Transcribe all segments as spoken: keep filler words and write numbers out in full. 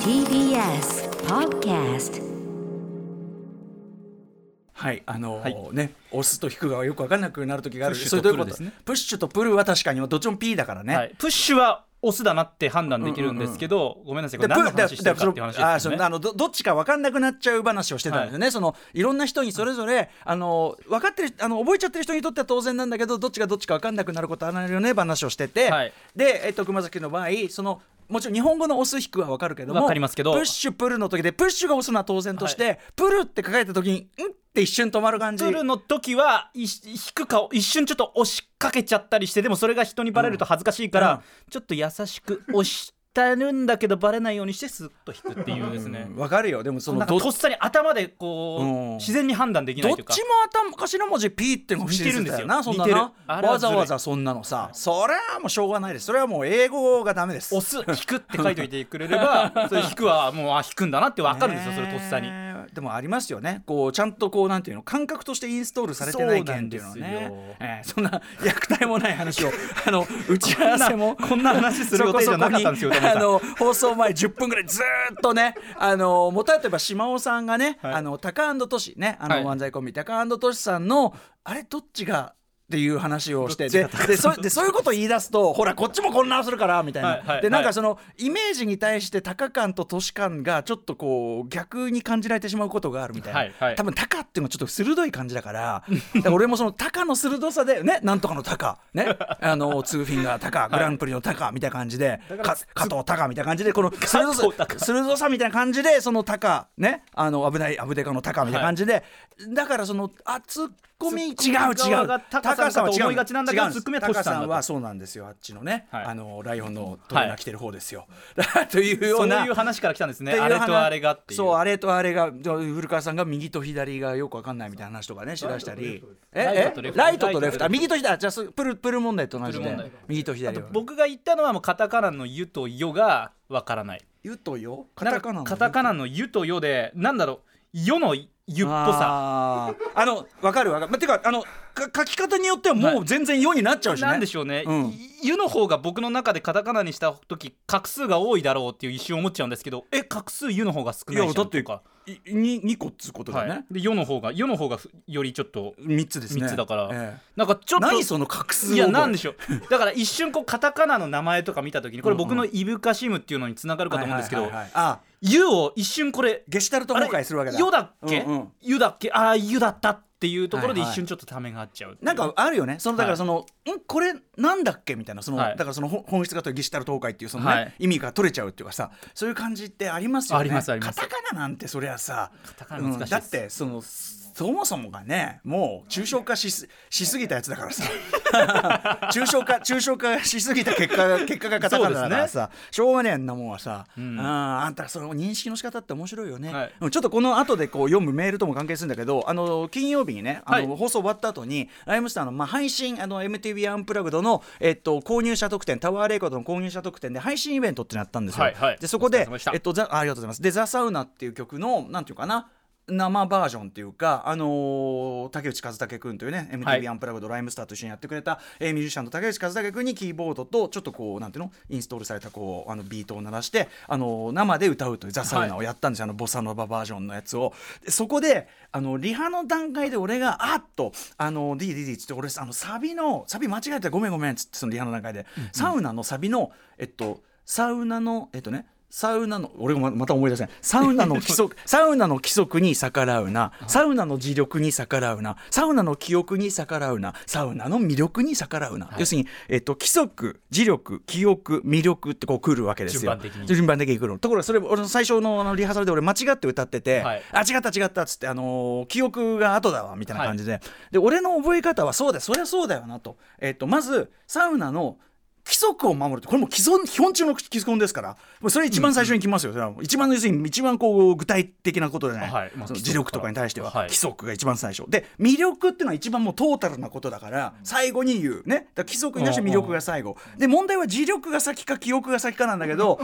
ティービーエス Podcast。 はい、あのーはいね、押すと引くがよく分からなくなる時がある。 プッシュそういうこととプルですね。 プッシュとプルは確かにどっちも P だからね、 はい、プッシュはオスだなって判断できるんですけど、うんうんうん、ごめんなさい、これ何の話してるかっていう話ですよね。 あそのあの ど, どっちか分かんなくなっちゃう話をしてたんですよね、はい、そのいろんな人にそれぞれあの分かってるあの覚えちゃってる人にとっては当然なんだけど、どっちがどっちか分かんなくなることあるよね話をしてて、はい、で、えっと、熊崎の場合そのもちろん日本語の押す引くは分かるけども、 分かりますけどプッシュプルの時でプッシュが押すのは当然として、はい、プルって書かれた時にんって一瞬止まる感じ。 プルの時は引くか一瞬ちょっと押しかけちゃったりして、でもそれが人にバレると恥ずかしいから、うん、ちょっと優しく押してるんだけどバレないようにしてスッと引くっていうですね。 わかるよ。でもそのなんかとっさに頭でこう、うん、自然に判断できないというか、 どっちも頭頭文字 P っていうのが不思議だよな。そんななわざわざそんなのさ、それはもうしょうがないです。それはもう英語がダメです。 押す引くって書いといてくれればそれ引くはもうあ引くんだなって分かるんですよ、それとっさに。 でもありますよね、こうちゃんとこうなんていうの感覚としてインストールされてない件っていうのはね、えー、そんな虐待もない話をあの打ち合わせもこんな話する予定じゃなかったんですよ。 あの放送前じゅっぷんぐらいずっとね、あのもと例えば島尾さんがね、はい、あのタカ&トシね、あの漫才コンビ、はい、タカ&トシさんのあれどっちがっていう話をしてでで そ, でそういうことを言い出すとほらこっちも混乱するからみたいな、はいはい、でなんかそのイメージに対してタカ感とトシ感がちょっとこう逆に感じられてしまうことがあるみたいな、はいはい、多分タカっていうのはちょっと鋭い感じだからだから俺もそのタカの鋭さでね、なんとかのタカね、あのツーフィンガータカグランプリのタカみたいな感じで、はい、か加藤タカみたいな感じでこの鋭さ鋭さみたいな感じでそのタカね、あの危ないアブデカのタカみたいな感じで、はい、だからそのあツッコミ違う違うタカさんかと思いがちなんだけどツッコミはトシさんだと。 タカさんはそうなんですよ、あっちのね、はい、あのライオンのトレーナー着てる方ですよ、はい、というようなそういう話から来たんですね。あれとあれがっていう、 そうあれとあれが古川さんが右と左がよく分かんないみたいな話とかねしだしたり、ええライトとレフト、右と左、じゃあプルプル問題と同じで右と左。 僕が言ったのはもうカタカナのユとヨが分からない。 ユとヨカタカナのカタカナのユとヨでなんだろう、ヨのユっぽさ、 ああの分かる分かる、ま、てかあの書き方によってはもう全然世になっちゃうしね、 なんでしょうね、 うん、 ユの方が僕の中でカタカナにした時画数が多いだろうっていう一瞬思っちゃうんですけど、え画数ユの方が少ないじゃんとか、いやだってににこっつうことだね、はい、 でヨの方がヨの方がよりちょっとみっつですね、 みっつだから、 ええ、 なんかちょっと何その画数を、 いやなんでしょうだから一瞬こうカタカナの名前とか見た時にこれ僕のイブカシムっていうのにつながるかと思うんですけど、ユを一瞬これゲシュタルト崩壊するわけだ、 ヨだっけ、 うんうん、 ユだっけ、ああユだったっていうところで一瞬ちょっとためがあっちゃう、はいはい、 なんかあるよね、そのだからその、はい、んこれなんだっけみたいなその、はい、だからその本質がとゲシュタルト崩壊っていうその、ね、はい、意味が取れちゃうっていうかさ、そういう感じってありますよね。 ありますあります。 カタカナなんてそりゃさ、 カタカナ難しいです、 うん、だってそのそもそもがねもう抽象化 し, すしすぎたやつだからさ抽象化抽象化しすぎた結果が結果がカタカナだからさ、ね、しょうがねえんなもんはさ、うん、あ, あんたその認識の仕方って面白いよね、はい、ちょっとこの後でこう読むメールとも関係するんだけど、あの金曜日にねあの、はい、放送終わった後にライムスターの、まあ、配信あの エムティービー アンプラグドの、えっと、購入者特典タワーレコードの購入者特典で配信イベントってなったんですよ、はいはい、でそこで、えっと、ザありがとうございます。でザ・サウナっていう曲のなんていうかな生バージョンっていうか、あのー、竹内和武君というね エムティービー アンプラグドライムスターと一緒にやってくれた、えー、ミュージシャンの竹内和武君にキーボードとちょっとこうなんていうのインストールされたこうあのビートを鳴らして、あのー、生で歌うというザ・サウナをやったんですよ、はい、あのボサノババージョンのやつを。でそこであのリハの段階で俺があっとあの ディーディーディー っつって俺あのサビのサビ間違えてごめんごめんっつってそのリハの段階で、うんうん、サウナのサビのえっとサウナのえっとねサウナの俺もまた思い出せないサウナの規則サウナの規則に逆らうな、サウナの磁力に逆らうな、サウナの記憶に逆らうな、サウナの魅力に逆らうな、はい、要するに、えっと、規則磁力記憶魅力ってこう来るわけですよ、 順番的に順番的に来る。ところがそれ俺の最初 の, あのリハーサルで俺間違って歌ってて、はい、あ違った違ったっつって、あのー、記憶が後だわみたいな感じで、はい、で俺の覚え方はそうだそりゃそうだよなと、えっと、まずサウナの規則を守るってこれも基本基本中の基本ですから、もうそれ一番最初に来ますよ、うんうん、一番の要するに一番こう具体的なことじゃない、はい、まあ、その磁力とかに対しては、はい、規則が一番最初で、魅力っていうのは一番もうトータルなことだから最後に言うね、だから規則に対して魅力が最後で、問題は磁力が先か記憶が先かなんだけど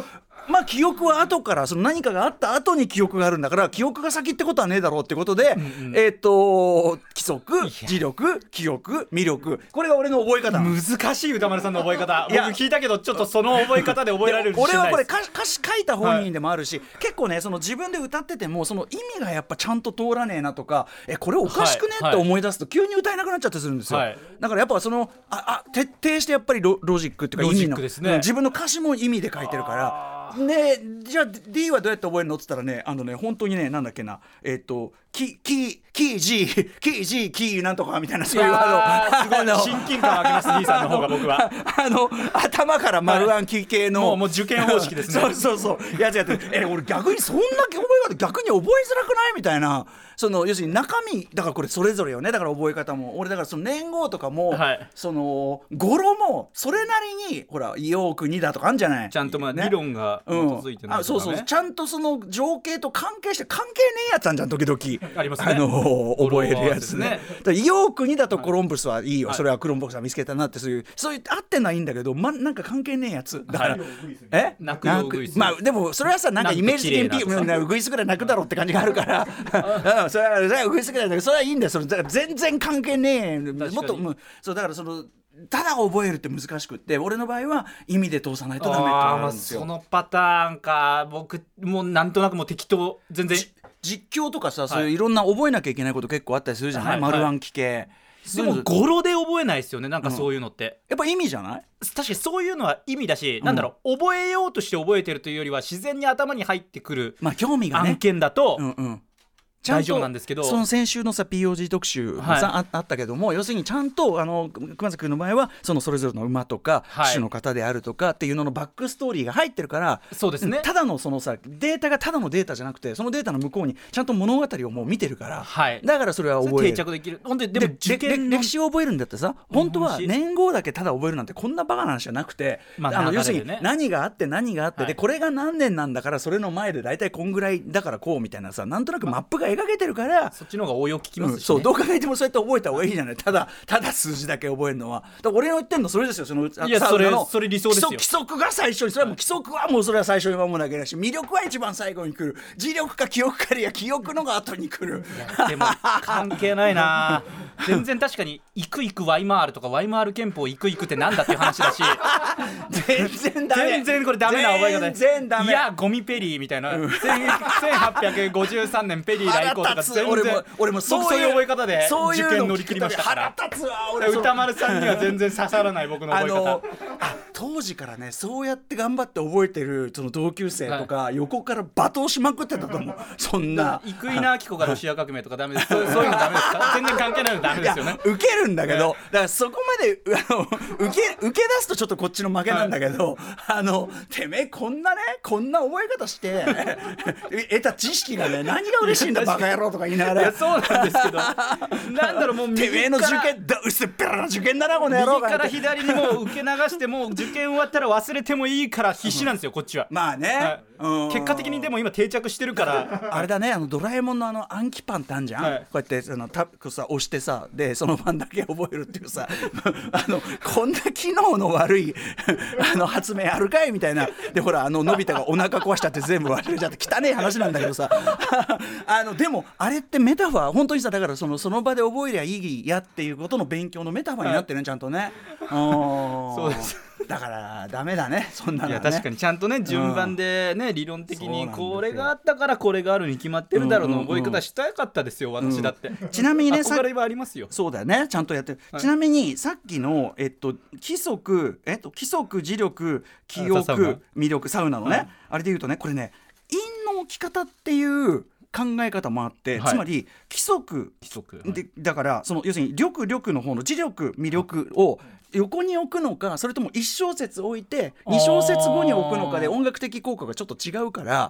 まあ記憶は後からその何かがあった後に記憶があるんだから記憶が先ってことはねえだろうってことで、うんうん、えっ、ー、と規則磁力記憶魅力これが俺の覚え方。 難しい歌丸さんの覚え方。僕聞いたけどちょっとその覚え方で覚えられる俺はこれ歌詞書いた本人でもあるし、はい、結構ねその自分で歌っててもその意味がやっぱちゃんと通らねえなとかえこれおかしくねって思い出すと急に歌えなくなっちゃってするんですよ、はい、だからやっぱそのああ徹底してやっぱり ロ, ロジックっていうか意味の、ね、自分の歌詞も意味で書いてるからね、じゃあ D はどうやって覚えるのって言ったらねあのね本当にねなんだっけなえっ、ー、とキキキー G キー G キーなんとかみたいなそういうあのすごい親近感あります D さんの方が僕はあの頭から丸暗記系の、 はい、もうもう受験方式ですねそうそうそうやつやってえ俺逆にそんな覚え方逆に覚えづらくないみたいなその要するに中身だからこれそれぞれよねだから覚え方も俺だからその年号とかも、はい、その語呂もそれなりにほらよくにだとかあるんじゃないちゃんとまあ、ね、理論が基づいてないとか、ねうん、あそうそうちゃんとその情景と関係して関係ねえやつあんじゃん時々 ありますねあの覚えるやつねよくにだとコロンブスはいいよ、はい、それはクロンボクさん見つけたなってそういうそういう合ってんのはいいんだけど、ま、なんか関係ねえやつだから、はい、え泣くよウグイスまあでもそれはさなんかイメージ的にウグイスぐらい泣くだろうって感じがあるからそれはウグイスぐらいだけどそれはいいんだよそれだから全然関係ねえもっともうそうだからそのただ覚えるって難しくって俺の場合は意味で通さないとダメって言われるんですよ。 そのパターンか僕もうなんとなくもう適当全然実況とかさ、はい、そういういろんな覚えなきゃいけないこと結構あったりするじゃない、はい、丸暗記系でも語呂で覚えないですよねなんかそういうのって、 うん、やっぱ意味じゃない確かにそういうのは意味だし、うん、なんだろう覚えようとして覚えてるというよりは自然に頭に入ってくる、 まあ興味がね案件だと、 うんうん大丈夫なんですけどその先週のさ ピーオージー 特集もさ、はい、あ, あったけども要するにちゃんとあの熊崎君の場合はそのそれぞれの馬とか、はい、種の方であるとかっていうののバックストーリーが入ってるからそうですねただのそのさデータがただのデータじゃなくてそのデータの向こうにちゃんと物語をもう見てるから、はい、だからそれは覚える定着できる本当にでも受験の歴史を覚えるんだってさ本当は年号だけただ覚えるなんてこんなバカな話じゃなくて、まあ、あの要するに何があって何があって、はい、でこれが何年なんだからそれの前で大体こんぐらいだからこうみたいなさなんとなくマップが描けてるからそっちの方が応用聞きますし、ねうん、そうどう考えてもそうやって覚えた方がいいじゃないただただ数字だけ覚えるのはだから俺の言ってんのそれですよそのいやそれそれ理想ですよ規則が最初にそれはもう規則はもうそれは最初に守らなきゃいけないし魅力は一番最後に来る磁力か記憶かでや記憶のが後に来るいやでも関係ないな全然確かに行く行くワイマールとかワイマール憲法行く行くってなんだっていう話だし全然ダメ全然これダメな覚え方全然ダメいやゴミペリーみたいな、うん、せんはっぴゃくごじゅうさんねんペリー来航とか全然俺も俺もそういう覚え方で受験乗り切りましたから腹立つわ俺歌丸さんには全然刺さらない僕の覚え方あのあ当時からねそうやって頑張って覚えてるその同級生とか、はい、横から罵倒しまくってたと思うそんな生稲晃子がロシア革命とかダメですそう、そういうのダメですか全然関係ないのダメですよねウケるんだけどだからそこまであの受け、受け出すとちょっとこっちの負けなんだけど、はい、あのてめえこんなねこんな覚え方して得た知識がね何が嬉しいんだバカ野郎とか言いながらいやそうなんですけどなんだろうもう右てめえの受験だ薄っぺらな受験だなこの野郎右から左にもう受け流してもう受験終わったら忘れてもいいから必死なんですよ、うん、こっちはまあね、はい結果的にでも今定着してるからあれだねあのドラえもんのあの暗記パンってあんじゃん、はい、こうやってあのタッさ押してさでそのパンだけ覚えるっていうさあのこんな機能の悪いあの発明あるかいみたいなでほらあののび太がお腹壊しちゃって全部忘れちゃって汚い話なんだけどさあのでもあれってメタファー本当にさだからそのその場で覚えりゃいいやっていうことの勉強のメタファーになってるね、はい、ちゃんとねそうですだからダメだねそんなのねいや確かにちゃんとね順番でね、うん、理論的にこれがあったからこれがあるに決まってるだろうの覚え方したかったですよ、うんうんうん、私だって、 うん、ちなみにね憧れはありますよそうだよねちゃんとやってる、はい、ちなみにさっきの、えっと、規則、えっと、規則磁力記憶魅力サウナのね、はい、あれで言うとねこれね陰の置き方っていう考え方もあって、はい、つまり規則規則で、はい、だからその要するに力力の方の磁力魅力を横に置くのかそれともいち小節置いてに小節後に置くのかで音楽的効果がちょっと違うから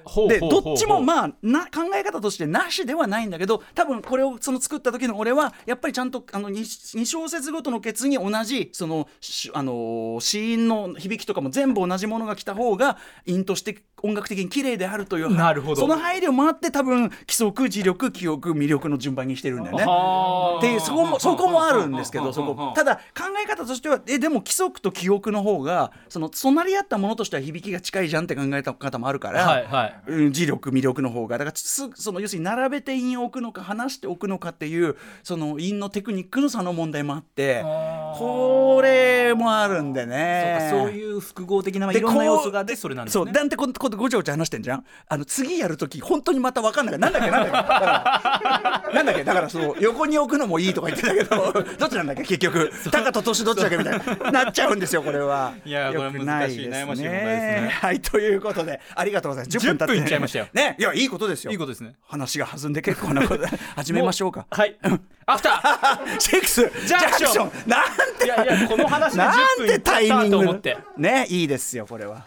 ほうでほうほうほうどっちもまあな考え方としてなしではないんだけど、多分これをその作った時の俺はやっぱりちゃんとあの 2, に小節ごとのケツに同じそのしあの子音の響きとかも全部同じものが来た方が韻として音楽的に綺麗であるという、 なるほど、 その配慮もあって多分規則磁力記憶魅力の順番にしてるんだよねっていうそこもそこもあるんですけど、そこただ考え方としてはえでも規則と記憶の方がその隣り合ったものとしては響きが近いじゃんって考えた方もあるから、 はいはい、 うん、磁力魅力の方がだからすその要するに並べて韻を置くのか離しておくのかっていうその韻のテクニックの差の問題もあってこれもあるんでね。 そうか、そういう複合的ないろんな要素があってそれなんですね。 そうだんてこうこうごちゃごちゃ話してんじゃん。あの次やるとき本当にまた分かんないなんだっけなんだっけだからなんだっけだからそう横に置くのもいいとか言ってたけどどっちなんだっけ結局タカとトシどっちだっけみたいになっちゃうんですよこれは。 いやこれ難しい悩ましい問題ですね。 はいということでありがとうございます。 じゅっぷん経って、ね、じゅっぷんいっちゃいましたよね。 いやいいことですよ。 いいことですね。 話が弾んで結構なこと始めましょうか。 はいアフターシックスジャクションなんていやいやこの話でじゅっぷんいったなと思ってねいいですよこれは。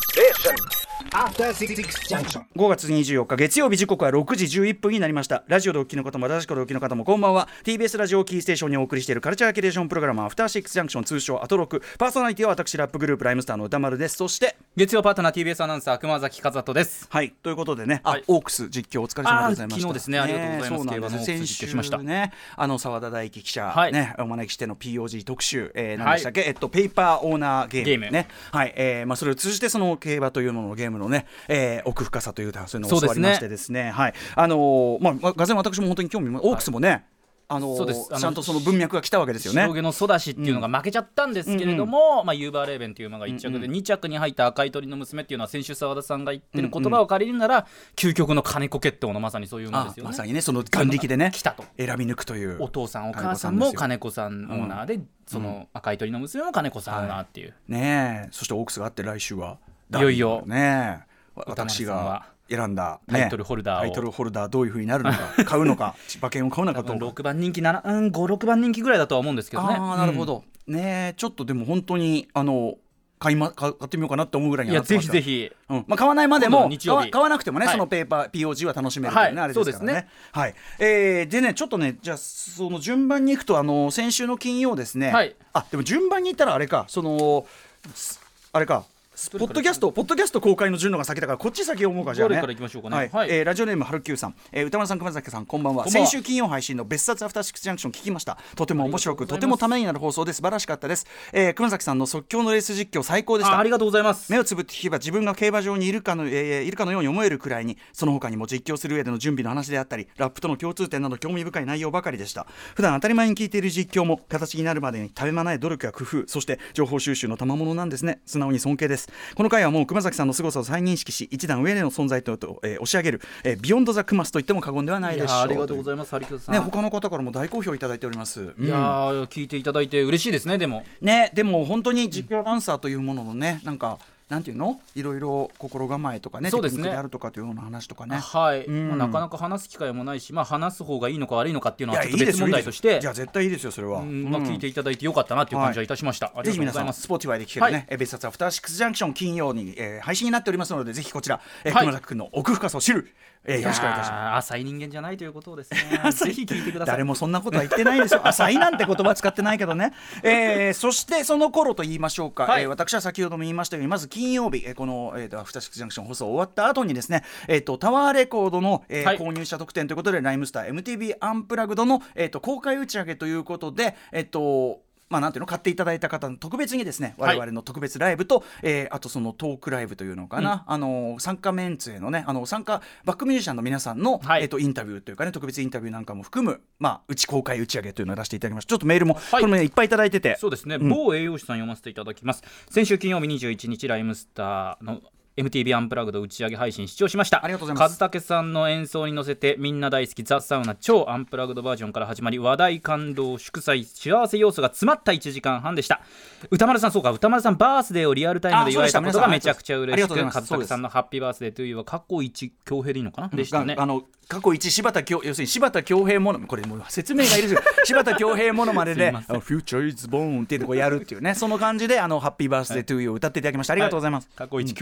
ごがつにじゅうよっか月曜日時刻はろくじじゅういっぷんになりました。ラジオでお聞きの方も正しくお聞きの方もこんばんは。 ティービーエス ラジオキーステーションにお送りしているカルチャーキュレーションプログラムアフターシックスジャンクション通称アトロク。パーソナリティは私ラップグループライムスターの歌丸です。そして月曜パートナー ティービーエス アナウンサー熊崎和人です。 はいということでね、 はい、 あオークス実況お疲れ様でございました。 昨日ですねありがとうございます。 ね、そうなんです。先週ねあの澤田大樹記者、 はいね、お招きしての ピーオージー 特集、えー、何でしたっけ、はいえっと、ペーパーオーナーゲーム、ゲームねはいえーまあ、それを通じてその競馬というもののゲームのね、えー、奥深さというかそういうのを教わりましてですね、はいあのーまあ、がぜん私も本当に興味もオークスもね、はいあのー、ちゃんとその文脈が来たわけですよね。 白毛のソダシっていうのが負けちゃったんですけれども、うんうんまあ、ユーバーレーベンという馬がいっ着で、うんうん、に着に入った赤い鳥の娘っていうのは先週澤田さんが言ってる言葉を借りるなら、うんうん、究極の金子決闘のまさにそういう馬ですよね。 まさにねその眼力でね来たと選び抜くというお父さんお母さんも金子さんオーナーで、うん、その赤い鳥の娘も金子さんオーナーっていう、はい、 ねえそしてオークスがあって来週はいよいよね私が選んだ、ね、 タイトルホルダーをタイトルホルダーどういう風になるのか買うのか馬券を買うのかとろくばん人気なな、うん、ご、ろくばん人気ぐらいだとは思うんですけどね。 あなるほど、うん、ねちょっとでも本当にあの買い、ま、買ってみようかなって思うぐらいになってました。 いやぜひぜひ、 うんまあ、買わないまでも買 わ, 買わなくてもね、はい、そのペーパー ピーオージー は楽しめるというね、はい、あれですからね。はい、えー、でねちょっとねじゃあその順番にいくとあの先週の金曜ですね、はい、あでも順番にいったらあれかそのあれかポッドキャストポッドキャスト公開の順のが先だからこっち先読もうか。じゃあねどれからいきましょうかね。 はいはいえー、ラジオネームはるきゅうさん、えー、歌丸さん熊崎さんこんばんは。先週金曜配信の別冊アフターシックスジャンクション聞きました。とても面白くとてもためになる放送で素晴らしかったです。えー、熊崎さんの即興のレース実況最高でした。 あ, ありがとうございます。 目をつぶって聞けば自分が競馬場にいるかの、えー、いるかのように思えるくらいにその他にも実況する上での準備の話であったりラップとの共通点など興味深い内容ばかりでした。普段当たり前に聞いている実況も形になるまでにためまない努力や工夫そして情報収集の賜物なんですね。素直に尊敬です。この回はもう熊崎さんの凄さを再認識し一段上での存在と、えー、押し上げる、えー、ビヨンドザクマスと言っても過言ではないでしょう。 ありがとうございます。有吉さん、 ね、他の方からも大好評いただいております。 いや、うん、聞いていただいて嬉しいですね。でもねでも本当に実況アナウンサーというもののねなんかなんていうのいろいろ心構えとかねそうですねテクニックであるとかというような話とかねはい、うんまあ、なかなか話す機会もないし、まあ、話す方がいいのか悪いのかっていうのはちょっと別問題としてじゃあ絶対いいですよそれは、 うんまあ、聞いていただいてよかったなっていう感じはいたしました、はい、ありがとうございます。 ぜひ皆さんスポーティファイで聞けるね、はい、別冊アフターシックスジャンクション金曜に、えー、配信になっておりますのでぜひこちら、えーはい、熊崎くんの奥深さを知る、えー、よろしくお願いいたします。 浅い人間じゃないということをですねぜひ聞いてください。 誰もそんなことは言ってないですよ浅いなんて言葉使ってないけどね、えー、そしてその頃と言いましょうか、はいえー、私は先ほども言いましたようにまず金曜日、えー、この、えーアフターシックスジャンクション放送終わった後にですね、えー、とタワーレコードの、えーはい、購入者特典ということでライムスター エムティービー アンプラグドの、えー、と公開打ち上げということでえっ、ー、とまあ、なんていうの買っていただいた方の特別にですね我々の特別ライブと、はいえー、あとそのトークライブというのかな、うん、あの参加メンツへのねあの参加バックミュージシャンの皆さんの、はいえー、とインタビューというかね特別インタビューなんかも含む、まあ、うち公開打ち上げというのを出していただきました。ちょっとメールも、はい、これも、ね、いっぱいいただいててそうですね、うん、某栄養士さん読ませていただきます。先週金曜日にじゅういちにちライムスターのエムティービー アンプラグド打ち上げ配信視聴しました。 ありがとうございます。 和武さんの演奏に乗せてみんな大好きザ・サウナ超アンプラグドバージョンから始まり話題感動祝祭幸せ要素が詰まったいちじかんはんでした。歌丸さんそうか歌丸さんバースデーをリアルタイムで祝えたことがめちゃくちゃ嬉しく和武さんのハッピーバースデーというは過去一強兵でいいのかな、うん、でしたね。 あの過去一柴田恭要するに柴田恭平ものこれもう説明がいるんですよ柴田恭平ものまででフューチャーイズボーンっていうとこやるっていうねその感じであのハッピーバースデートゥーユーを歌っていただきました。ありがとうございます、 はい、過去一強兵でしたね、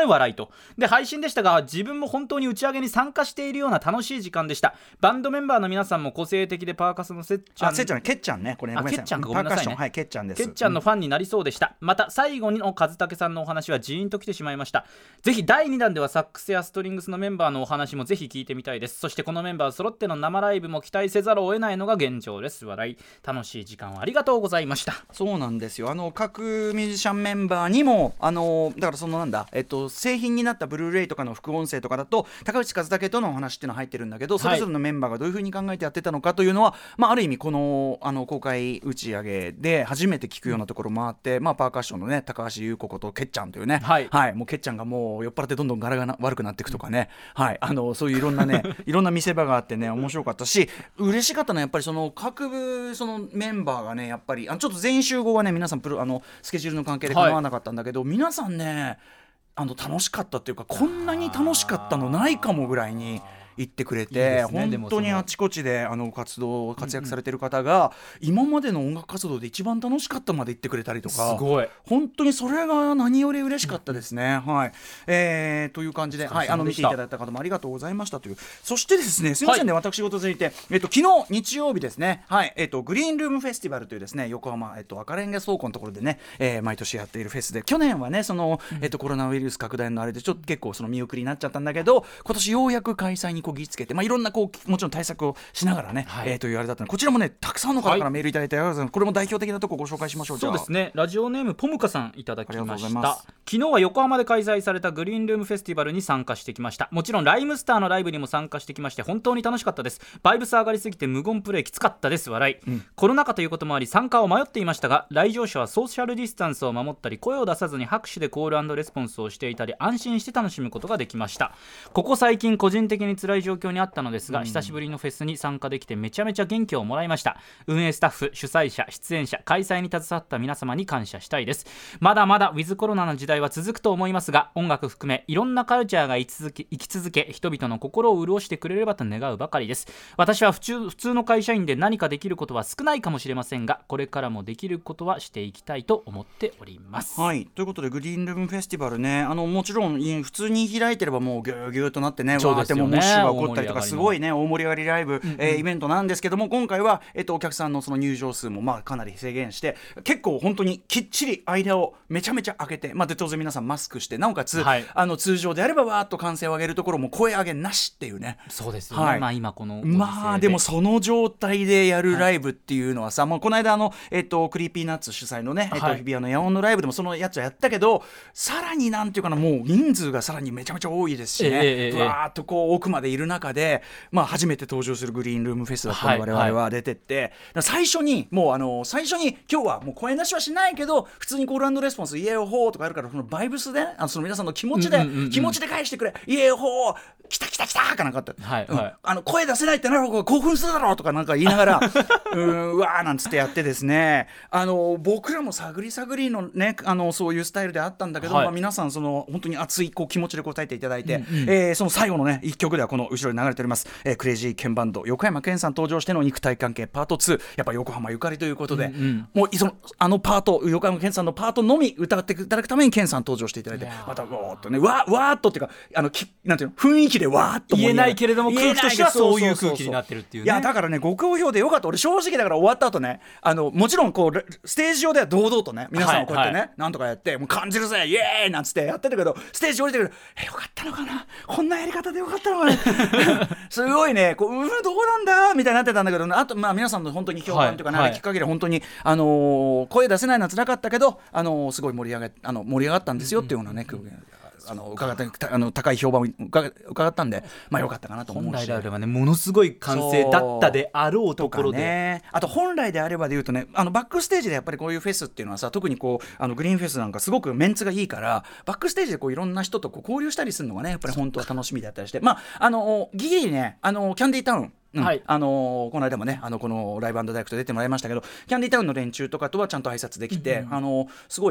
ね笑いと。で配信でしたが自分も本当に打ち上げに参加しているような楽しい時間でした。バンドメンバーの皆さんも個性的でパーカスのせっちゃんあせっちゃんケッちゃんねこれねごめんなさいあケッちゃんかごめんなさいねパーカッションはいケッちゃんですケッちゃんのファンになりそうでした、うん、また最後の和武さんのお話はジーンときてしまいました。ぜひだいにだんではサックスやストリングスのメンバーのお話もぜひ聞いてみたいです。そしてこのメンバー揃っての生ライブも期待せざるを得ないのが現状です。笑い。楽しい時間をありがとうございました。 そうなんですよ。あの各ミュージシャンメンバーにもあのだからそのなんだ、えっと、製品になったブルーレイとかの副音声とかだと高内和武とのお話っていうのが入ってるんだけど、それぞれのメンバーがどういう風に考えてやってたのかというのは、まあ、ある意味この、あの公開打ち上げで初めて聞くようなところもあって、まあ、パーカッションのね高橋優子ことケッちゃんというね、はいはい、もうケッちゃんがもう酔っ払ってどんどん柄がな悪くなっていくとかね、はい、あのそういういろんなねいろんな見せ場があってね面白かったし、嬉しかったのはやっぱりその各部そのメンバーがねやっぱりあのちょっと全員集合はね皆さんプロあのスケジュールの関係で構わなかったんだけど、はい、皆さんねあの楽しかったっていうかこんなに楽しかったのないかもぐらいに言ってくれて、いいですね、本当にあちこちであの活動活躍されてる方が、うんうん、今までの音楽活動で一番楽しかったまで言ってくれたりとか、 すごい本当にそれが何より嬉しかったですね、うんはいえー、という感じで、はい、あの見ていただいた方もありがとうございましたという。そしてですねすみませんね、はい、私事続いて、えっと、昨日日曜日ですね、はいえっと、グリーンルームフェスティバルというですね横浜、えっと、赤レンガ倉庫のところでね、えー、毎年やっているフェスで、去年はねその、えっと、コロナウイルス拡大のあれでちょっと結構その見送りになっちゃったんだけど、今年ようやく開催にこぎつけて、まあ、いろんなこうもちろん対策をしながらね、はいえー、というあれだったので、こちらもねたくさんの方からメールいただいて、はい、これも代表的なところご紹介しましょう。 そうですね、ラジオネームポムカさんいただきました。昨日は横浜で開催されたグリーンルームフェスティバルに参加してきました。もちろんライムスターのライブにも参加してきまして本当に楽しかったです。バイブス上がりすぎて無言プレイきつかったです。笑い、うん、コロナ禍ということもあり参加を迷っていましたが、来場者はソーシャルディスタンスを守ったり声を出さずに拍手でコール&レスポンスをしていたり安心して楽しむことができました。ここ最近個人的に辛い状況にあったのですが、うん、久しぶりのフェスに参加できてめちゃめちゃ元気をもらいました。運営スタッフ、主催者、出演者、開催に携わった皆様に感謝したいです。まだまだウィズコロナの時代は続くと思いますが、音楽含めいろんなカルチャーが生き続け、生き続け人々の心を潤してくれればと願うばかりです。私は普通、普通の会社員で何かできることは少ないかもしれませんが、これからもできることはしていきたいと思っております。 はい、ということでグリーンルームフェスティバルね、あのもちろん普通に開いてればもうギューギューとなってね、 そうですよね、 わーってもモッシュが起こったりとかすごいね大盛り上がりライブ、うんうんえー、イベントなんですけども、今回は、えっと、お客さんのその入場数もまあかなり制限して結構本当にきっちり間をめちゃめちゃ開けて、まあ、で当然皆さんマスクして、なおかつ、はい、あの通常であればわーっと歓声を上げるところも声上げなしっていうね。 そうですよね、はい、まあ今このまあでもその状態でやるライブっていうのはさ、はい、もうこの間あの、えっと、クリーピーナッツ主催のね、えっと、日比谷の野音のライブでもそのやつはやったけど、さらになんていうかな、もう人数がさらにめちゃめちゃ多いですしね、えー、わーっとこう奥までいる中で、まあ、初めて登場するグリーンルームフェスだったの我々は出てって、はい、最初にもうあの最初に今日はもう声出しはしないけど普通にコール&レスポンスイエーホーとかあるから、そのバイブスであのその皆さんの気持ちで、うんうんうんうん、気持ちで返してくれイエーホー来た来た来たかなんかあった、はいはいうん、あの声出せないってなるほど興奮するだろうとかなんか言いながらうーんうわーなんつってやってですね、あの僕らも探り探りのねあのそういうスタイルであったんだけど、はいまあ、皆さんその本当に熱いこう気持ちで答えていただいて、うんうんえー、その最後のねいっきょくではこの後ろに流れております、えー、クレイジーケンバンド横山健さん登場しての肉体関係パートツー、やっぱ横浜ゆかりということで、うんうん、もうそのあのパート横山健さんのパートのみ歌っていただくために健さん登場していただいて、またわーっとねわーわーっとっていうかあのきなんていうの雰囲気でわーっと言えないけれども空気としてはそういう空気になってるっていうね。 いやだからねご好評でよかった。俺正直だから終わった後ねあのもちろんこうステージ上では堂々とね皆さんをこうやってね、はいはい、なんとかやってもう感じるぜイエーイなんつってやってるけど、ステージ降りてくるえよかったのかなこんなやり方でよかったのかなすごいねこううんどうなんだみたいになってたんだけど、あとまあ皆さんの本当に評判というかね、はい、あれ聞く限り本当にあのー、声出せないのは辛かったけどあのー、すごい盛り上があの盛り上がったんですよっていうようなね、うんうんあの伺ったあの高い評判を伺伺ったんで、まあ良かったかなと思うし、 本来であればねものすごい歓声だったであろうところで、 ね、あと本来であればで言うとねあのバックステージでやっぱりこういうフェスっていうのはさ、特にこうあのグリーンフェスなんかすごくメンツがいいからバックステージでこういろんな人とこう交流したりするのがねやっぱり本当は楽しみだったりして、まああのギリギリねあのキャンディータウンうんはいあのー、この間もねあのこのライブ&ダイレクト出てもらいましたけど、キャンディータウンの連中とかとはちゃんと挨拶できて、うんうん、あのー、すごい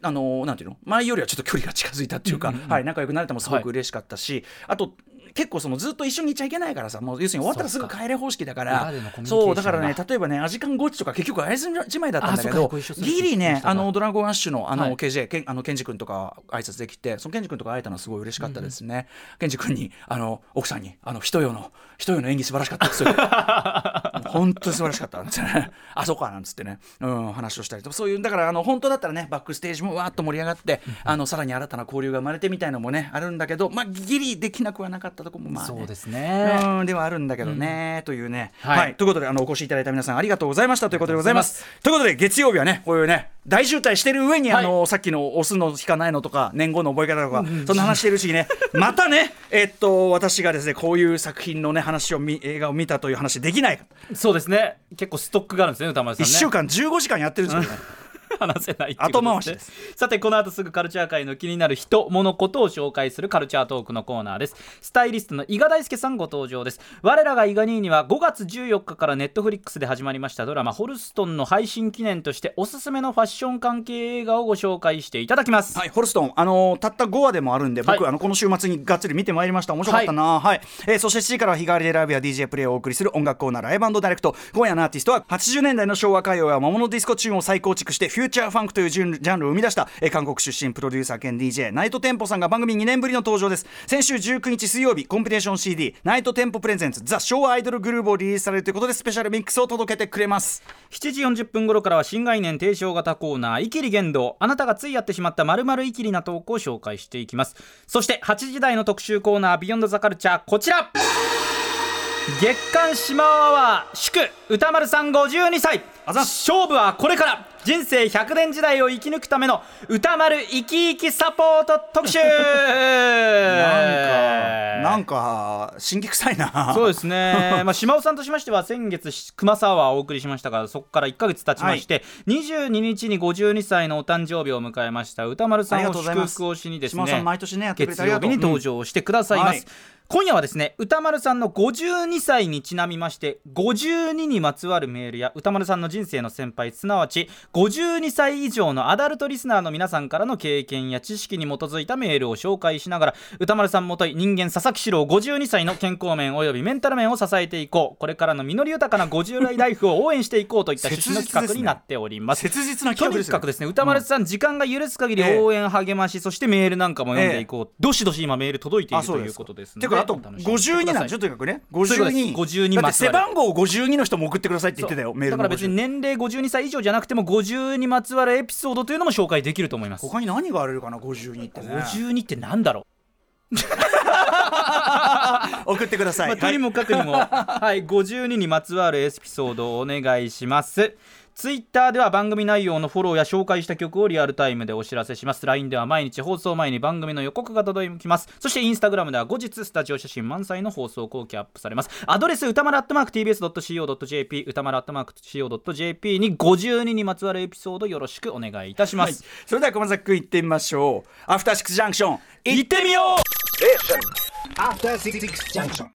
あのなんていうの前よりはちょっと距離が近づいたっていうか、うんうんうん、はい、仲良くなれてもすごく嬉しかったし、はい、あと結構そのずっと一緒にいちゃいけないからさ、もう要するに終わったらすぐ帰れ方式だから、そうだからね、例えばねアジカンゴッチとか結局あいつじまいだったんだけど、ギリねあのドラゴンアッシュのあの、はい、ケージェー ケンあのケンジ君とか挨拶できて、そのケンジ君とか会えたのはすごい嬉しかったですね、うんうん、ケンジ君にあの奥さんにあの人よの人よの演技素晴らしかったです本当に素晴らしかったんですよねあそうかなんつってね、うん、話をしたりとか、そういうだからあの本当だったらねバックステージもわーっと盛り上がってあのさらに新たな交流が生まれてみたいのもねあるんだけど、まあギリできなくはなかったところもまあ、ね、そうですね、うんではあるんだけどね、うん、というね、はいはい、ということであのお越しいただいた皆さんありがとうございましたということでございます。ということで月曜日はねこういうね大渋滞してる上に、はい、あのさっきの押すの引かないのとか年号の覚え方とか、うんうん、そんな話してるしねまたねえっと私がですねこういう作品のね話をみ映画を見たという話できない。そうですね、結構ストックがあるんですね歌丸さんね。いっしゅうかんじゅうごじかんやってるんですよね話せないっていうことですね。後回しです。さてこの後すぐカルチャー界の気になる人物ことを紹介するカルチャートークのコーナーです。スタイリストの伊賀大輔さんご登場です。我らが伊賀兄にはごがつじゅうよっかからネットフリックスで始まりましたドラマホルストンの配信記念としておすすめのファッション関係映画をご紹介していただきます。はい、ホルストンあのー、たったごわでもあるんで僕、はい、あのこの週末にがっつり見てまいりました。面白かったな、はいはい、えー、そしてしちじからは日替わりでライブや ディージェー プレイをお送りする音楽コーナーライブ&ダイレクト。今夜のアーティストははちじゅうねんだいの昭和歌謡や魔物ディスコチューンを再構築してフューチャーファンクというジャンルジャンルを生み出した、えー、韓国出身プロデューサー兼 ディージェー ナイトテンポさんが番組にねんぶりの登場です。先週じゅうくにち水曜日コンピレーション シーディー ナイトテンポプレゼンツザ昭和アイドルグルーヴをリリースされるということでスペシャルミックスを届けてくれます。しちじよんじゅっぷん頃からは新概念提唱型コーナーイキリ言動、あなたがついやってしまった〇〇イキリな投稿を紹介していきます。そしてはちじ台の特集コーナービヨンドザカルチャー、こちら月刊シマアワー祝歌丸さんごじゅうにさい、勝負はこれから、人生ひゃくねん時代を生き抜くための歌丸生き生きサポート特集なんかなんか新規臭いなそうですね、まあ、島尾さんとしましては先月熊沢はお送りしましたが、そこからいっかげつ経ちまして、はい、にじゅうににちにごじゅうにさいのお誕生日を迎えました歌丸さんを祝福をしにですね、島尾さん毎年ねやってくれてありがとう、月曜日に登場してくださいます、うん、はい、今夜はですね歌丸さんのごじゅうにさいにちなみましてごじゅうににまつわるメールや歌丸さんの人生の先輩、すなわちごじゅうにさい以上のアダルトリスナーの皆さんからの経験や知識に基づいたメールを紹介しながら、歌丸さんもとい人間佐々木史郎ごじゅうにさいの健康面およびメンタル面を支えていこう、これからの実り豊かなごじゅう代ライフを応援していこうといった趣旨の企画になっております。切実な企画ですね。とにかくですね歌丸さん、うん、時間が許す限り応援励まし、えー、そしてメールなんかも読んでいこう、えー、どしどし今メール届いているということですので、てかあとごじゅうになんでしょ、とにかくねごじゅうに、ごじゅうにだって背番号ごじゅうにの人も送ってくださいって言ってたよ、メールの。だから別に年齢ごじゅうにさい以上じゃなくてもごじゅうにまつわるエピソードというのも紹介できると思います。他に何があれるかなごじゅうにってね。ごじゅうにってなんだろう送ってください、まあ、とにもかくにも、はい、ごじゅうににまつわるエピソードをお願いします。ツイッターでは番組内容のフォローや紹介した曲をリアルタイムでお知らせします。 ライン では毎日放送前に番組の予告が届きます。そしてインスタグラムでは後日スタジオ写真満載の放送後期アップされます。アドレス歌丸アットマーク ティービーエスドットシーオードットジェーピー 歌丸アットマーク ティービーエスドットジェーピー にごじゅうににまつわるエピソードよろしくお願いいたします、はい、それでは駒崎くん行ってみましょう。アフターシックスジャンクション行ってみよう。アフターシックスジャンクション。